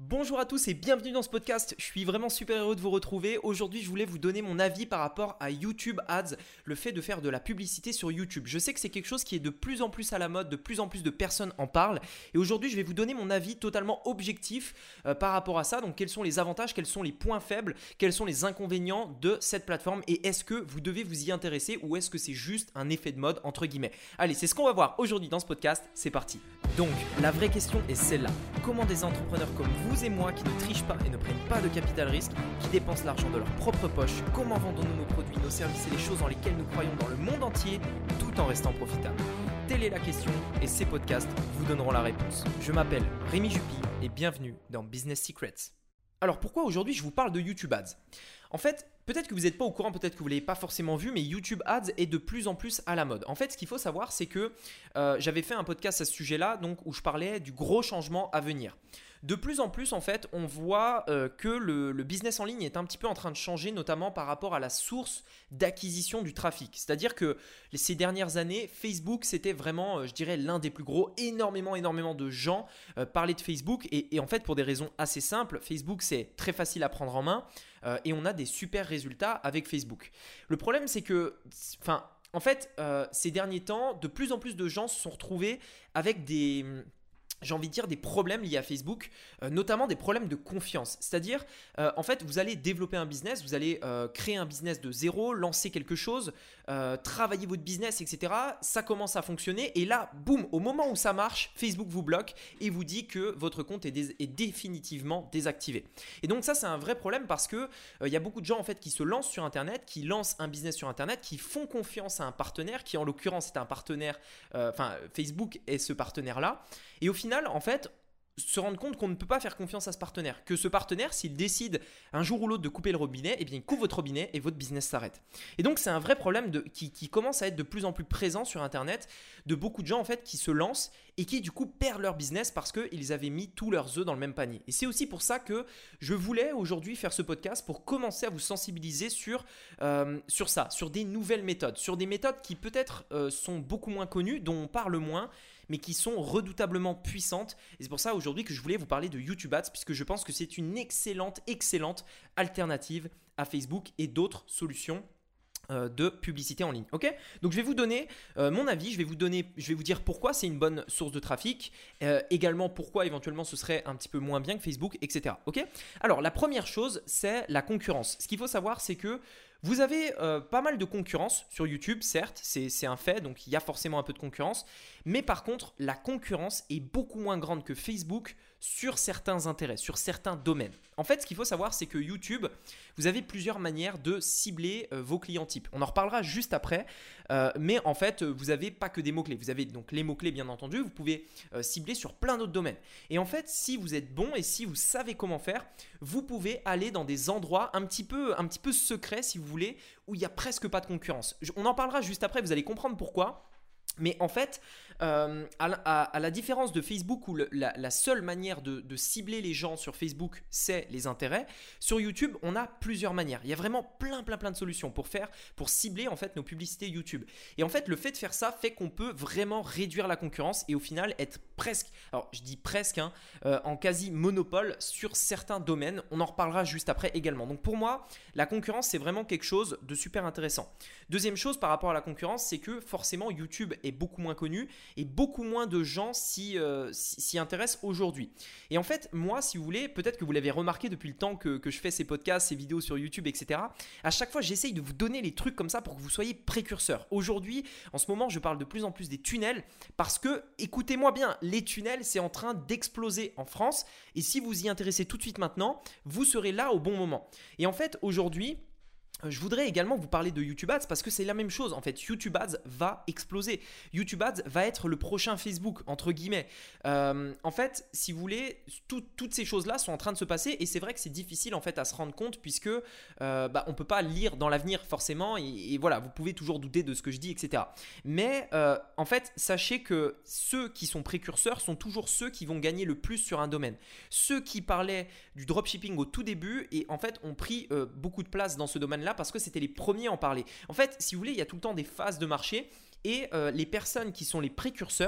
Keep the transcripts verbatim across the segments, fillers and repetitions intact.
Bonjour à tous et bienvenue dans ce podcast. Je suis vraiment super heureux de vous retrouver. Aujourd'hui, je voulais vous donner mon avis par rapport à YouTube Ads, le fait de faire de la publicité sur YouTube. Je sais que c'est quelque chose qui est de plus en plus à la mode, de plus en plus de personnes en parlent. Et aujourd'hui, je vais vous donner mon avis totalement objectif euh, par rapport à ça. Donc, quels sont les avantages, quels sont les points faibles, quels sont les inconvénients de cette plateforme et est-ce que vous devez vous y intéresser ou est-ce que c'est juste un effet de mode entre guillemets. Allez, c'est ce qu'on va voir aujourd'hui dans ce podcast. C'est parti. Donc, la vraie question est celle-là. Comment des entrepreneurs comme vous et moi qui ne trichent pas et ne prennent pas de capital risque, qui dépensent l'argent de leur propre poche, comment vendons-nous nos produits, nos services et les choses dans lesquelles nous croyons dans le monde entier tout en restant profitables? Telle est la question et ces podcasts vous donneront la réponse. Je m'appelle Rémi Jupy et bienvenue dans Business Secrets. Alors pourquoi aujourd'hui je vous parle de YouTube Ads? En fait, peut-être que vous n'êtes pas au courant, peut-être que vous ne l'avez pas forcément vu, mais YouTube Ads est de plus en plus à la mode. En fait, ce qu'il faut savoir, c'est que euh, j'avais fait un podcast à ce sujet-là, donc où je parlais du gros changement à venir. De plus en plus, en fait, on voit euh, que le, le business en ligne est un petit peu en train de changer, notamment par rapport à la source d'acquisition du trafic. C'est-à-dire que ces dernières années, Facebook, c'était vraiment, euh, je dirais, l'un des plus gros. Énormément, énormément de gens euh, parlaient de Facebook. Et, et en fait, pour des raisons assez simples, Facebook, c'est très facile à prendre en main euh, et on a des super résultats avec Facebook. Le problème, c'est que, enfin, en fait, euh, ces derniers temps, de plus en plus de gens se sont retrouvés avec des... j'ai envie de dire des problèmes liés à Facebook, euh, notamment des problèmes de confiance. C'est-à-dire, euh, en fait, vous allez développer un business, vous allez euh, créer un business de zéro, lancer quelque chose, euh, travailler votre business, et cetera. Ça commence à fonctionner et là, boum, au moment où ça marche, Facebook vous bloque et vous dit que votre compte est, dés- est définitivement désactivé. Et donc ça, c'est un vrai problème parce que il euh, y a beaucoup de gens en fait qui se lancent sur Internet, qui lancent un business sur Internet, qui font confiance à un partenaire, qui en l'occurrence est un partenaire, euh, enfin Facebook est ce partenaire-là. Et au final, en fait, se rendre compte qu'on ne peut pas faire confiance à ce partenaire. Que ce partenaire, s'il décide un jour ou l'autre de couper le robinet, eh bien, il coupe votre robinet et votre business s'arrête. Et donc, c'est un vrai problème de, qui, qui commence à être de plus en plus présent sur Internet, de beaucoup de gens en fait qui se lancent et qui du coup perdent leur business parce qu'ils avaient mis tous leurs œufs dans le même panier. Et c'est aussi pour ça que je voulais aujourd'hui faire ce podcast pour commencer à vous sensibiliser sur, euh, sur ça, sur des nouvelles méthodes, sur des méthodes qui peut-être euh, sont beaucoup moins connues, dont on parle moins, mais qui sont redoutablement puissantes. Et c'est pour ça aujourd'hui que je voulais vous parler de YouTube Ads, puisque je pense que c'est une excellente, excellente alternative à Facebook et d'autres solutions euh, de publicité en ligne. Ok ? Donc je vais vous donner euh, mon avis, je vais vous donner, je vais vous dire pourquoi c'est une bonne source de trafic, euh, également pourquoi éventuellement ce serait un petit peu moins bien que Facebook, et cetera. Ok ? Alors la première chose, c'est la concurrence. Ce qu'il faut savoir, c'est que vous avez euh, pas mal de concurrence sur YouTube, certes, c'est, c'est un fait, donc il y a forcément un peu de concurrence. Mais par contre, la concurrence est beaucoup moins grande que Facebook sur certains intérêts, sur certains domaines. En fait, ce qu'il faut savoir, c'est que YouTube, vous avez plusieurs manières de cibler euh, vos clients types. On en reparlera juste après, euh, mais en fait, vous n'avez pas que des mots-clés. Vous avez donc les mots-clés, bien entendu, vous pouvez euh, cibler sur plein d'autres domaines. Et en fait, si vous êtes bon et si vous savez comment faire, vous pouvez aller dans des endroits un petit peu, un petit peu secrets, si vous voulez, où il n'y a presque pas de concurrence. On en parlera juste après, vous allez comprendre pourquoi. Mais en fait, euh, à, la, à, à la différence de Facebook où le, la, la seule manière de, de cibler les gens sur Facebook, c'est les intérêts, sur YouTube, on a plusieurs manières. Il y a vraiment plein, plein, plein de solutions pour faire, pour cibler en fait nos publicités YouTube. Et en fait, le fait de faire ça fait qu'on peut vraiment réduire la concurrence et au final être presque, alors je dis presque, hein, euh, en quasi monopole sur certains domaines. On en reparlera juste après également. Donc pour moi, la concurrence, c'est vraiment quelque chose de super intéressant. Deuxième chose par rapport à la concurrence, c'est que forcément YouTube est beaucoup moins connu et beaucoup moins de gens s'y, euh, s'y intéressent aujourd'hui. Et en fait, moi, si vous voulez, peut-être que vous l'avez remarqué depuis le temps que, que je fais ces podcasts, ces vidéos sur YouTube, et cetera. À chaque fois, j'essaye de vous donner les trucs comme ça pour que vous soyez précurseurs. Aujourd'hui, en ce moment, je parle de plus en plus des tunnels parce que, écoutez-moi bien, les tunnels, c'est en train d'exploser en France. Et si vous y intéressez tout de suite maintenant, vous serez là au bon moment. Et en fait, aujourd'hui, je voudrais également vous parler de YouTube Ads parce que c'est la même chose. En fait, YouTube Ads va exploser. YouTube Ads va être le prochain Facebook, entre guillemets. Euh, en fait, si vous voulez, tout, toutes ces choses-là sont en train de se passer et c'est vrai que c'est difficile en fait à se rendre compte puisque euh, bah, on ne peut pas lire dans l'avenir forcément et, et voilà, vous pouvez toujours douter de ce que je dis, et cetera. Mais euh, en fait, sachez que ceux qui sont précurseurs sont toujours ceux qui vont gagner le plus sur un domaine. Ceux qui parlaient du dropshipping au tout début et en fait ont pris euh, beaucoup de place dans ce domaine-là parce que c'était les premiers à en parler. En fait, si vous voulez, il y a tout le temps des phases de marché et euh, les personnes qui sont les précurseurs,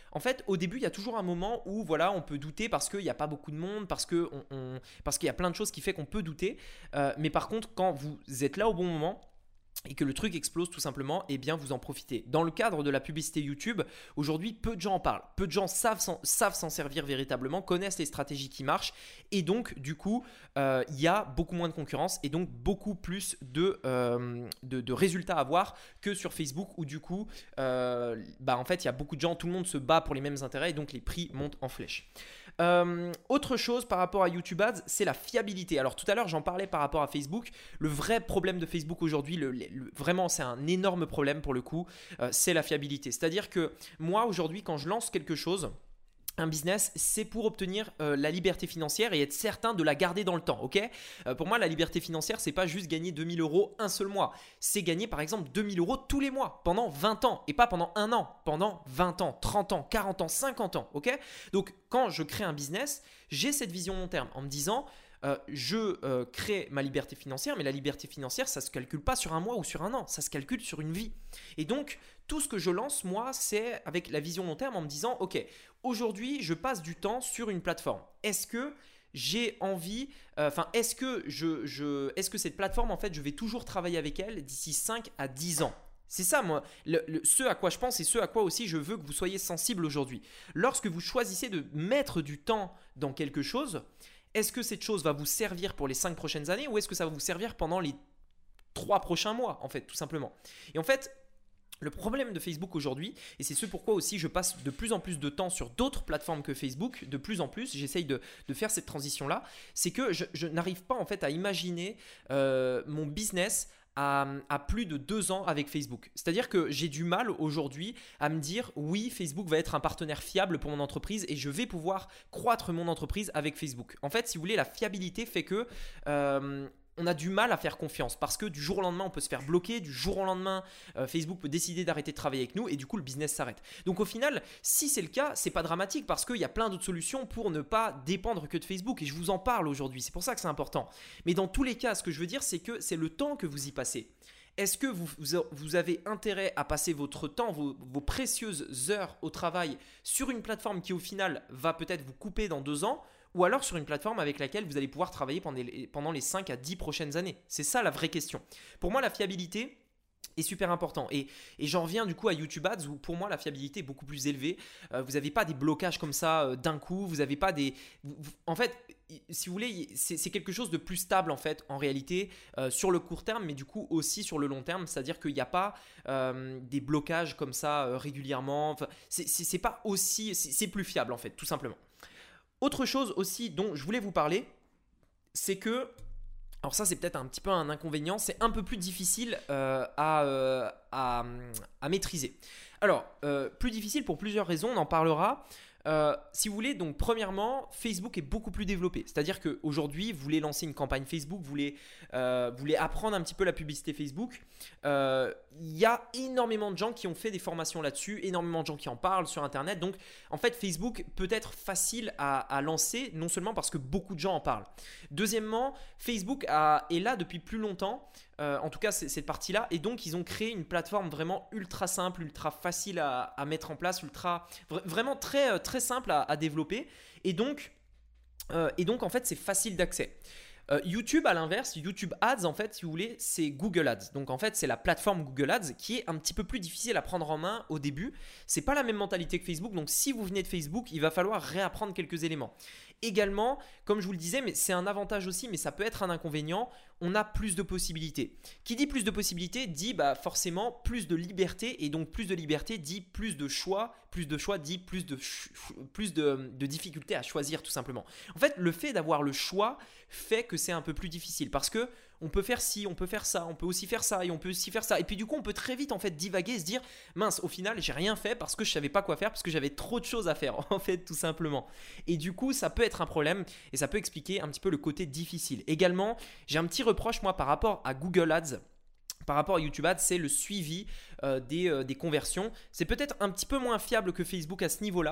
En fait, au début, il y a toujours un moment où voilà, on peut douter parce qu'il n'y a pas beaucoup de monde, parce que on, on- parce qu'il y a plein de choses qui fait qu'on peut douter. Euh, mais par contre, quand vous êtes là au bon moment et que le truc explose tout simplement, eh bien vous en profitez. Dans le cadre de la publicité YouTube, aujourd'hui, peu de gens en parlent. Peu de gens savent s'en, savent s'en servir véritablement, connaissent les stratégies qui marchent. Et donc, du coup, euh, il y a beaucoup moins de concurrence et donc beaucoup plus de, euh, de, de résultats à voir que sur Facebook où du coup, euh, bah, en fait, il y a beaucoup de gens, tout le monde se bat pour les mêmes intérêts et donc les prix montent en flèche. Euh, autre chose par rapport à YouTube Ads, c'est la fiabilité. Alors tout à l'heure, j'en parlais par rapport à Facebook. Le vrai problème de Facebook aujourd'hui, le, le- le- vraiment, c'est un énorme problème pour le coup, euh, c'est la fiabilité. C'est-à-dire que moi, aujourd'hui, quand je lance quelque chose, un business, c'est pour obtenir euh, la liberté financière et être certain de la garder dans le temps, ok. Euh, Pour moi, la liberté financière, c'est pas juste gagner deux mille euros un seul mois. C'est gagner par exemple deux mille euros tous les mois, pendant vingt ans, et pas pendant un an, pendant vingt ans, trente ans, quarante ans, cinquante ans, ok. Donc, quand je crée un business, j'ai cette vision long terme en me disant… euh, je euh, crée ma liberté financière, mais la liberté financière, ça ne se calcule pas sur un mois ou sur un an, ça se calcule sur une vie. Et donc, tout ce que je lance, moi, c'est avec la vision long terme en me disant, ok, aujourd'hui, je passe du temps sur une plateforme. Est-ce que j'ai envie, euh, enfin, est-ce que, je, je, est-ce que cette plateforme, en fait, je vais toujours travailler avec elle d'ici cinq à dix ans? C'est ça, moi, le, le- ce à quoi je pense et ce à quoi aussi je veux que vous soyez sensibles aujourd'hui. Lorsque vous choisissez de mettre du temps dans quelque chose, est-ce que cette chose va vous servir pour les cinq prochaines années ou est-ce que ça va vous servir pendant les trois prochains mois, en fait, tout simplement. Et en fait, le problème de Facebook aujourd'hui, et c'est ce pourquoi aussi je passe de plus en plus de temps sur d'autres plateformes que Facebook, de plus en plus, j'essaye de, de faire cette transition-là, c'est que je, je n'arrive pas en fait à imaginer euh, mon business à, à plus de deux ans avec Facebook. C'est-à-dire que j'ai du mal aujourd'hui à me dire oui, Facebook va être un partenaire fiable pour mon entreprise et je vais pouvoir croître mon entreprise avec Facebook. En fait, si vous voulez, la fiabilité fait que… euh, on a du mal à faire confiance parce que du jour au lendemain, on peut se faire bloquer. Du jour au lendemain, euh, Facebook peut décider d'arrêter de travailler avec nous et du coup, le business s'arrête. Donc au final, si c'est le cas, c'est pas dramatique parce qu'il y a plein d'autres solutions pour ne pas dépendre que de Facebook et je vous en parle aujourd'hui. C'est pour ça que c'est important. Mais dans tous les cas, ce que je veux dire, c'est que c'est le temps que vous y passez. Est-ce que vous, vous- vous avez intérêt à passer votre temps, vos, vos précieuses heures au travail sur une plateforme qui au final va peut-être vous couper dans deux ans ou alors sur une plateforme avec laquelle vous allez pouvoir travailler pendant les, pendant les cinq à dix prochaines années? C'est ça la vraie question. Pour moi, la fiabilité est super important. Et, et j'en reviens du coup à YouTube Ads où pour moi la fiabilité est beaucoup plus élevée. Euh, vous n'avez pas des blocages comme ça euh, d'un coup. Vous n'avez pas des… vous- vous- en fait, i- si vous voulez, c'est c'est quelque chose de plus stable en fait en réalité euh, sur le court terme mais du coup aussi sur le long terme. C'est-à-dire qu'il n'y a pas euh, des blocages comme ça euh, régulièrement. Enfin, c'est c'est- c'est pas aussi… C'est c'est plus fiable en fait tout simplement. Autre chose aussi dont je voulais vous parler, c'est que, alors ça c'est peut-être un petit peu un inconvénient, c'est un peu plus difficile euh, à, euh, à, à maîtriser. Alors, euh, plus difficile pour plusieurs raisons, on en parlera. Euh, si vous voulez, donc premièrement, Facebook est beaucoup plus développé. C'est-à-dire qu'aujourd'hui, vous voulez lancer une campagne Facebook, vous voulez, euh, vous voulez apprendre un petit peu la publicité Facebook. Euh, Il y a énormément de gens qui ont fait des formations là-dessus, énormément de gens qui en parlent sur Internet. Donc, en fait, Facebook peut être facile à, à lancer, non seulement parce que beaucoup de gens en parlent. Deuxièmement, Facebook a- est là depuis plus longtemps. Euh, en tout cas, c'est- cette partie-là. Et donc, ils ont créé une plateforme vraiment ultra simple, ultra facile à, à mettre en place, ultra, vra- vraiment très, euh, très simple à, à développer. Et donc, euh, et donc, en fait, c'est facile d'accès. Euh, YouTube, à l'inverse, YouTube Ads, en fait, si vous voulez, c'est Google Ads. Donc, en fait, c'est la plateforme Google Ads qui est un petit peu plus difficile à prendre en main au début. C'est pas la même mentalité que Facebook. Donc, si vous venez de Facebook, il va falloir réapprendre quelques éléments. Également, comme je vous le disais, mais c'est un avantage aussi, mais ça peut être un inconvénient, on a plus de possibilités. Qui dit plus de possibilités dit bah, forcément plus de liberté et donc plus de liberté dit plus de choix, plus de choix dit plus de, ch- plus de, de difficultés à choisir tout simplement. En fait, le fait d'avoir le choix fait que c'est un peu plus difficile parce que on peut faire ci, on peut faire ça, on peut aussi faire ça et on peut aussi faire ça. Et puis du coup, on peut très vite en fait divaguer et se dire mince, au final, j'ai rien fait parce que je savais pas quoi faire parce que j'avais trop de choses à faire en fait tout simplement. Et du coup, ça peut être un problème et ça peut expliquer un petit peu le côté difficile. Également, j'ai un petit reproche moi par rapport à Google Ads. Par rapport à YouTube Ads, c'est le suivi euh, des, euh, des conversions. C'est peut-être un petit peu moins fiable que Facebook à ce niveau-là.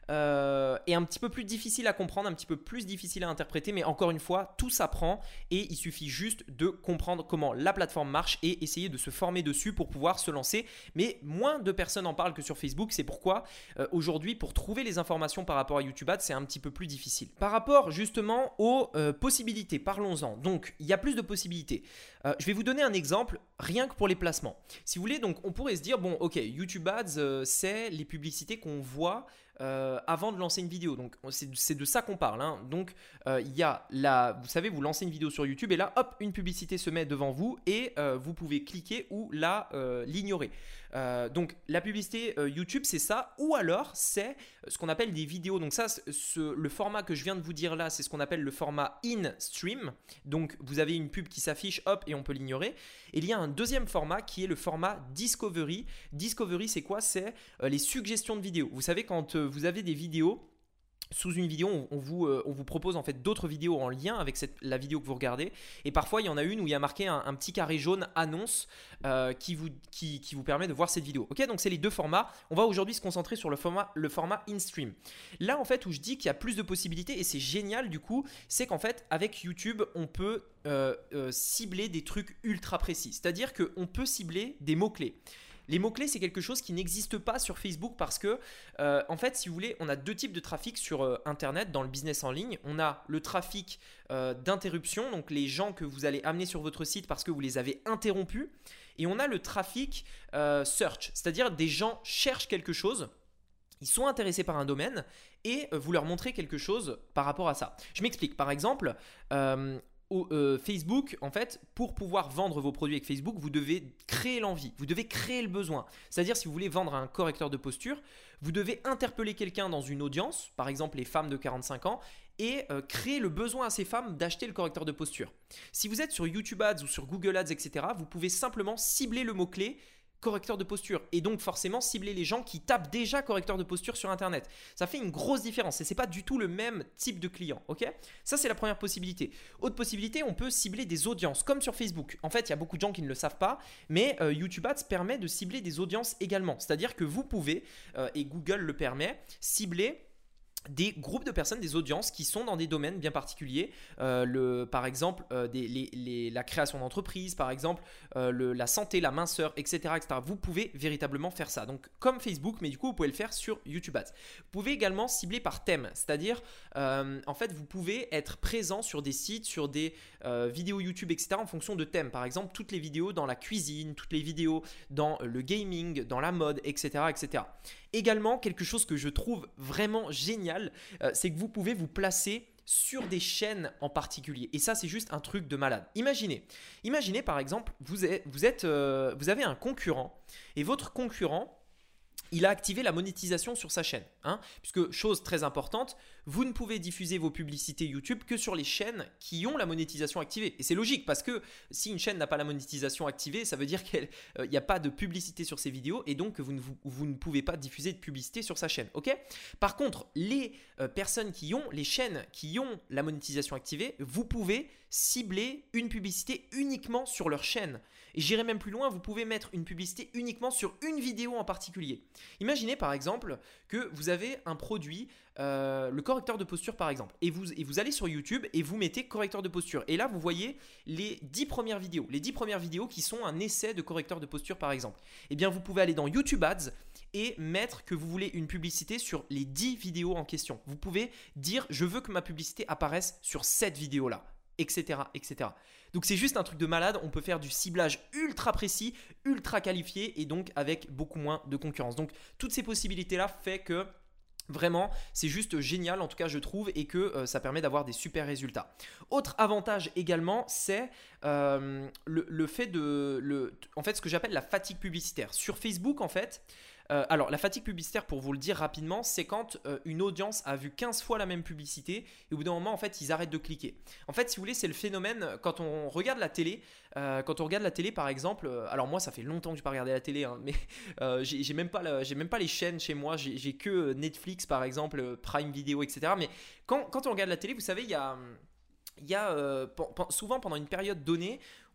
euh, est un petit peu plus difficile à comprendre, un petit peu plus difficile à interpréter, mais encore une fois, tout s'apprend et il suffit juste de comprendre comment la plateforme marche et essayer de se former dessus pour pouvoir se lancer. Mais moins de personnes en parlent que sur Facebook, c'est pourquoi euh, aujourd'hui, pour trouver les informations par rapport à YouTube Ads, c'est un petit peu plus difficile. Par rapport justement aux euh, possibilités, parlons-en. Donc, il y a plus de possibilités. Euh, je vais vous donner un exemple, rien que pour les placements. Si vous voulez, donc on pourrait se dire, bon, ok, YouTube Ads, euh, c'est les publicités qu'on voit Euh, avant de lancer une vidéo. Donc c'est de ça qu'on parle, hein. Donc euh, il y a la, vous savez, vous lancez une vidéo sur YouTube et là hop, une publicité se met devant vous et euh, vous pouvez cliquer ou la euh, l'ignorer. Euh, donc la publicité euh, YouTube, c'est ça, ou alors c'est ce qu'on appelle des vidéos. Donc ça, ce, le format que je viens de vous dire là, c'est ce qu'on appelle le format in-stream. Donc vous avez une pub qui s'affiche, hop, et on peut l'ignorer. Et il y a un deuxième format qui est le format Discovery. Discovery, c'est quoi? C'est euh, les suggestions de vidéos. Vous savez, quand euh, vous avez des vidéos, sous une vidéo, on, on, vous, euh, on vous propose en fait d'autres vidéos en lien avec cette, la vidéo que vous regardez. Et parfois, il y en a une où il y a marqué un, un petit carré jaune annonce euh, qui, vous, qui, qui vous permet de voir cette vidéo. Ok, donc c'est les deux formats. On va aujourd'hui se concentrer sur le format, le format in-stream. Là, en fait, où je dis qu'il y a plus de possibilités et c'est génial du coup, c'est qu'en fait, avec YouTube, on peut euh, euh, cibler des trucs ultra précis. C'est-à-dire qu'on peut cibler des mots-clés. Les mots-clés, c'est quelque chose qui n'existe pas sur Facebook parce que, euh, en fait, si vous voulez, on a deux types de trafic sur euh, Internet dans le business en ligne. On a le trafic euh, d'interruption, donc les gens que vous allez amener sur votre site parce que vous les avez interrompus. Et on a le trafic euh, search, c'est-à-dire des gens cherchent quelque chose. Ils sont intéressés par un domaine et vous leur montrez quelque chose par rapport à ça. Je m'explique. Par exemple, euh, Au, euh, Facebook, en fait, pour pouvoir vendre vos produits avec Facebook, vous devez créer l'envie, vous devez créer le besoin. C'est-à-dire, si vous voulez vendre un correcteur de posture, vous devez interpeller quelqu'un dans une audience, par exemple les femmes de quarante-cinq ans, et euh, créer le besoin à ces femmes d'acheter le correcteur de posture. Si vous êtes sur YouTube Ads ou sur Google Ads, et cetera, vous pouvez simplement cibler le mot-clé correcteur de posture et donc forcément cibler les gens qui tapent déjà correcteur de posture sur internet. Ça fait une grosse différence et c'est pas du tout le même type de client, ok? Ça, c'est la première possibilité. Autre possibilité, on peut cibler des audiences comme sur Facebook. En fait, il y a beaucoup de gens qui ne le savent pas, mais euh, YouTube Ads permet de cibler des audiences également. C'est-à-dire que vous pouvez, euh, et Google le permet, cibler des groupes de personnes, des audiences qui sont dans des domaines bien particuliers, euh, le, par exemple euh, des, les, les, la création d'entreprise, par exemple euh, le, la santé, la minceur, et cetera, et cetera. Vous pouvez véritablement faire ça. Donc comme Facebook, mais du coup vous pouvez le faire sur YouTube Ads. Vous pouvez également cibler par thème, c'est-à-dire euh, en fait vous pouvez être présent sur des sites, sur des euh, vidéos YouTube, et cetera en fonction de thèmes. Par exemple toutes les vidéos dans la cuisine, toutes les vidéos dans le gaming, dans la mode, et cetera, et cetera. Également, quelque chose que je trouve vraiment génial, euh, c'est que vous pouvez vous placer sur des chaînes en particulier. Et ça, c'est juste un truc de malade. Imaginez, imaginez par exemple, vous, êtes, vous, êtes, euh, vous avez un concurrent et votre concurrent, il a activé la monétisation sur sa chaîne. Hein, puisque, chose très importante, vous ne pouvez diffuser vos publicités YouTube que sur les chaînes qui ont la monétisation activée. Et c'est logique parce que si une chaîne n'a pas la monétisation activée, ça veut dire qu'il n'y a pas de publicité sur ses vidéos et donc vous ne, vous, vous ne pouvez pas diffuser de publicité sur sa chaîne. Okay? Par contre, les euh, personnes qui ont, les chaînes qui ont la monétisation activée, vous pouvez cibler une publicité uniquement sur leur chaîne. Et j'irai même plus loin, vous pouvez mettre une publicité uniquement sur une vidéo en particulier. Imaginez par exemple que vous avez un produit, euh, le correcteur de posture par exemple, et vous, et vous allez sur YouTube et vous mettez correcteur de posture. Et là, vous voyez les dix premières vidéos, les dix premières vidéos qui sont un essai de correcteur de posture par exemple. Eh bien, vous pouvez aller dans YouTube Ads et mettre que vous voulez une publicité sur les dix vidéos en question. Vous pouvez dire « je veux que ma publicité apparaisse sur cette vidéo-là ». Etc, et cetera. Donc c'est juste un truc de malade, on peut faire du ciblage ultra précis, ultra qualifié et donc avec beaucoup moins de concurrence. Donc toutes ces possibilités-là fait que vraiment, c'est juste génial en tout cas je trouve et que euh, ça permet d'avoir des super résultats. Autre avantage également, c'est euh, le, le fait de, le, en fait ce que j'appelle la fatigue publicitaire. Sur Facebook en fait, Euh, alors, la fatigue publicitaire, pour vous le dire rapidement, c'est quand euh, une audience a vu quinze fois la même publicité et au bout d'un moment, en fait, ils arrêtent de cliquer. En fait, si vous voulez, c'est le phénomène quand on regarde la télé. Euh, quand on regarde la télé, par exemple, euh, alors moi, ça fait longtemps que je n'ai pas regardé la télé, hein, mais euh, j'ai, j'ai même pas la, j'ai même pas les chaînes chez moi. J'ai, j'ai que Netflix, par exemple, Prime Video, et cetera. Mais quand, quand on regarde la télé, vous savez, il y a, il y a euh, p- p- souvent pendant une période donnée,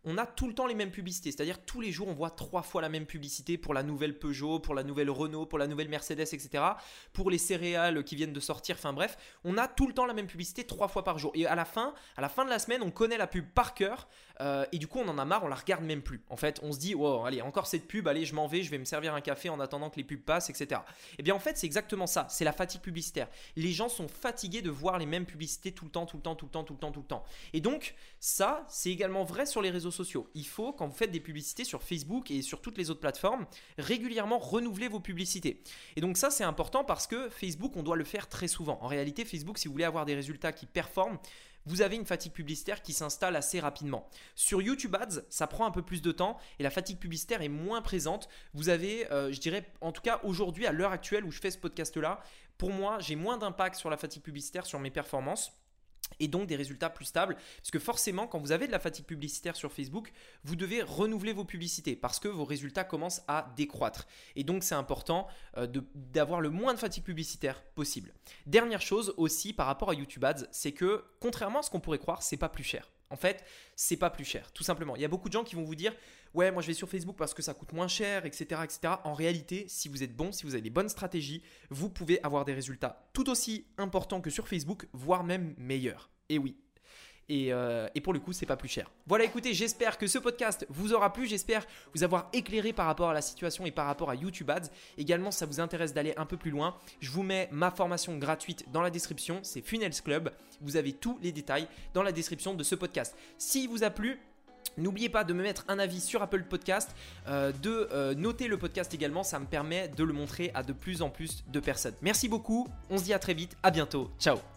on a tout le temps les mêmes publicités. C'est-à-dire tous les jours, on voit trois fois la même publicité pour la nouvelle Peugeot, pour la nouvelle Renault, pour la nouvelle Mercedes, et cetera. Pour les céréales qui viennent de sortir. Enfin bref, on a tout le temps la même publicité trois fois par jour. Et à la fin, à la fin de la semaine, on connaît la pub par cœur euh, et du coup, on en a marre, on la regarde même plus. En fait, on se dit, oh, allez, encore cette pub, allez, je m'en vais, je vais me servir un café en attendant que les pubs passent, et cetera. Et bien en fait, c'est exactement ça. C'est la fatigue publicitaire. Les gens sont fatigués de voir les mêmes publicités tout le temps, tout le temps, tout le temps, tout le temps, tout le temps. Et donc, ça, c'est également vrai sur les réseaux sociaux. Il faut, quand vous faites des publicités sur Facebook et sur toutes les autres plateformes, régulièrement renouveler vos publicités. Et donc ça, c'est important parce que Facebook, on doit le faire très souvent. En réalité, Facebook, si vous voulez avoir des résultats qui performent, vous avez une fatigue publicitaire qui s'installe assez rapidement. Sur YouTube Ads, ça prend un peu plus de temps et la fatigue publicitaire est moins présente. Vous avez, euh, je dirais, en tout cas aujourd'hui, à l'heure actuelle où je fais ce podcast-là, pour moi, j'ai moins d'impact sur la fatigue publicitaire, sur mes performances. Et donc des résultats plus stables, parce que forcément quand vous avez de la fatigue publicitaire sur Facebook, vous devez renouveler vos publicités parce que vos résultats commencent à décroître. Et donc c'est important euh, de, d'avoir le moins de fatigue publicitaire possible. Dernière chose aussi par rapport à YouTube Ads, c'est que contrairement à ce qu'on pourrait croire, c'est pas plus cher. En fait, c'est pas plus cher, tout simplement. Il y a beaucoup de gens qui vont vous dire « Ouais, moi je vais sur Facebook parce que ça coûte moins cher, et cetera et cetera » En réalité, si vous êtes bon, si vous avez les bonnes stratégies, vous pouvez avoir des résultats tout aussi importants que sur Facebook, voire même meilleurs. Et oui. Et, euh, et pour le coup, c'est pas plus cher. Voilà, écoutez, j'espère que ce podcast vous aura plu. J'espère vous avoir éclairé par rapport à la situation et par rapport à YouTube Ads. Également, si ça vous intéresse d'aller un peu plus loin, je vous mets ma formation gratuite dans la description. C'est Funnels Club. Vous avez tous les détails dans la description de ce podcast. S'il vous a plu, n'oubliez pas de me mettre un avis sur Apple Podcast, euh, de euh, noter le podcast également. Ça me permet de le montrer à de plus en plus de personnes. Merci beaucoup. On se dit à très vite. À bientôt. Ciao.